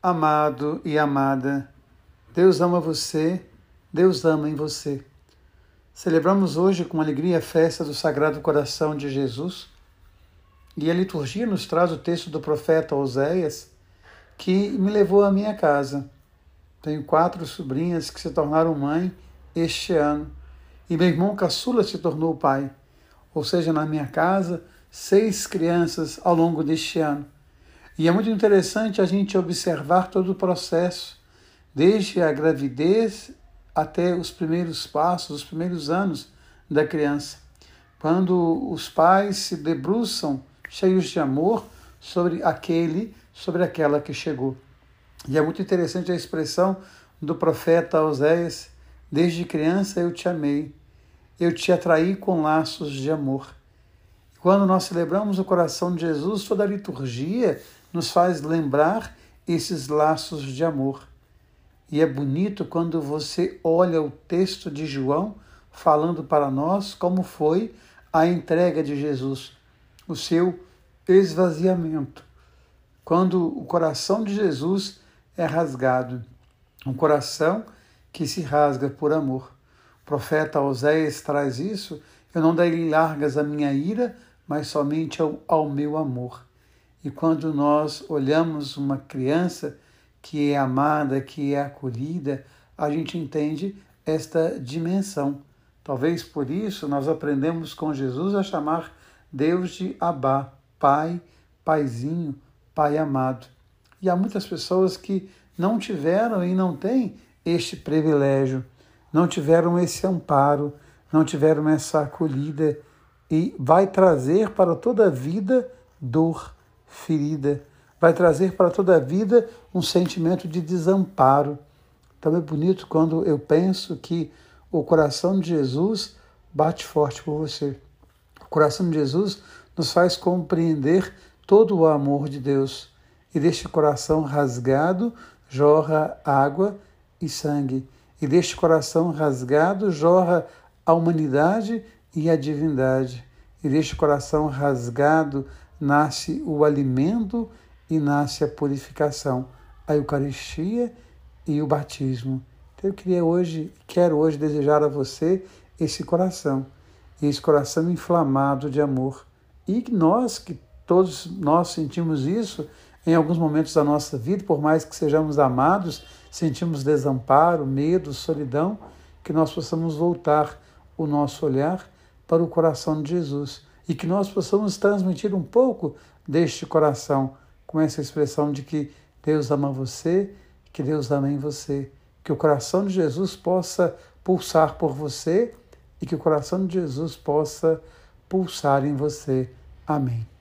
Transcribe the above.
Amado e amada, Deus ama você, Deus ama em você. Celebramos hoje com alegria a festa do Sagrado Coração de Jesus e a liturgia nos traz o texto do profeta Oséias que me levou à minha casa. Tenho 4 sobrinhas que se tornaram mãe este ano e meu irmão caçula se tornou pai. Ou seja, na minha casa, 6 crianças ao longo deste ano. E é muito interessante a gente observar todo o processo, desde a gravidez até os primeiros passos, os primeiros anos da criança. Quando os pais se debruçam, cheios de amor, sobre aquela que chegou. E é muito interessante a expressão do profeta Oséias: desde criança eu te amei, eu te atraí com laços de amor. Quando nós celebramos o coração de Jesus, toda a liturgia nos faz lembrar esses laços de amor. E é bonito quando você olha o texto de João falando para nós como foi a entrega de Jesus, o seu esvaziamento. Quando o coração de Jesus é rasgado, um coração que se rasga por amor. O profeta Oséias traz isso: eu não darei largas à minha ira, mas somente ao meu amor. E quando nós olhamos uma criança que é amada, que é acolhida, a gente entende esta dimensão. Talvez por isso nós aprendemos com Jesus a chamar Deus de Abá, Pai, Paizinho, Pai amado. E há muitas pessoas que não tiveram e não têm este privilégio, não tiveram esse amparo, não tiveram essa acolhida, e vai trazer para toda a vida dor, ferida, vai trazer para toda a vida um sentimento de desamparo. Então é bonito quando eu penso que o coração de Jesus bate forte por você. O coração de Jesus nos faz compreender todo o amor de Deus. E deste coração rasgado jorra água e sangue. E deste coração rasgado jorra a humanidade e a divindade. E deste coração rasgado nasce o alimento e nasce a purificação, a Eucaristia e o batismo. Então quero hoje desejar a você esse coração inflamado de amor. E que todos nós sentimos isso em alguns momentos da nossa vida, por mais que sejamos amados, sentimos desamparo, medo, solidão, que nós possamos voltar o nosso olhar para o coração de Jesus e que nós possamos transmitir um pouco deste coração, com essa expressão de que Deus ama você, que Deus ama em você, que o coração de Jesus possa pulsar por você e que o coração de Jesus possa pulsar em você. Amém.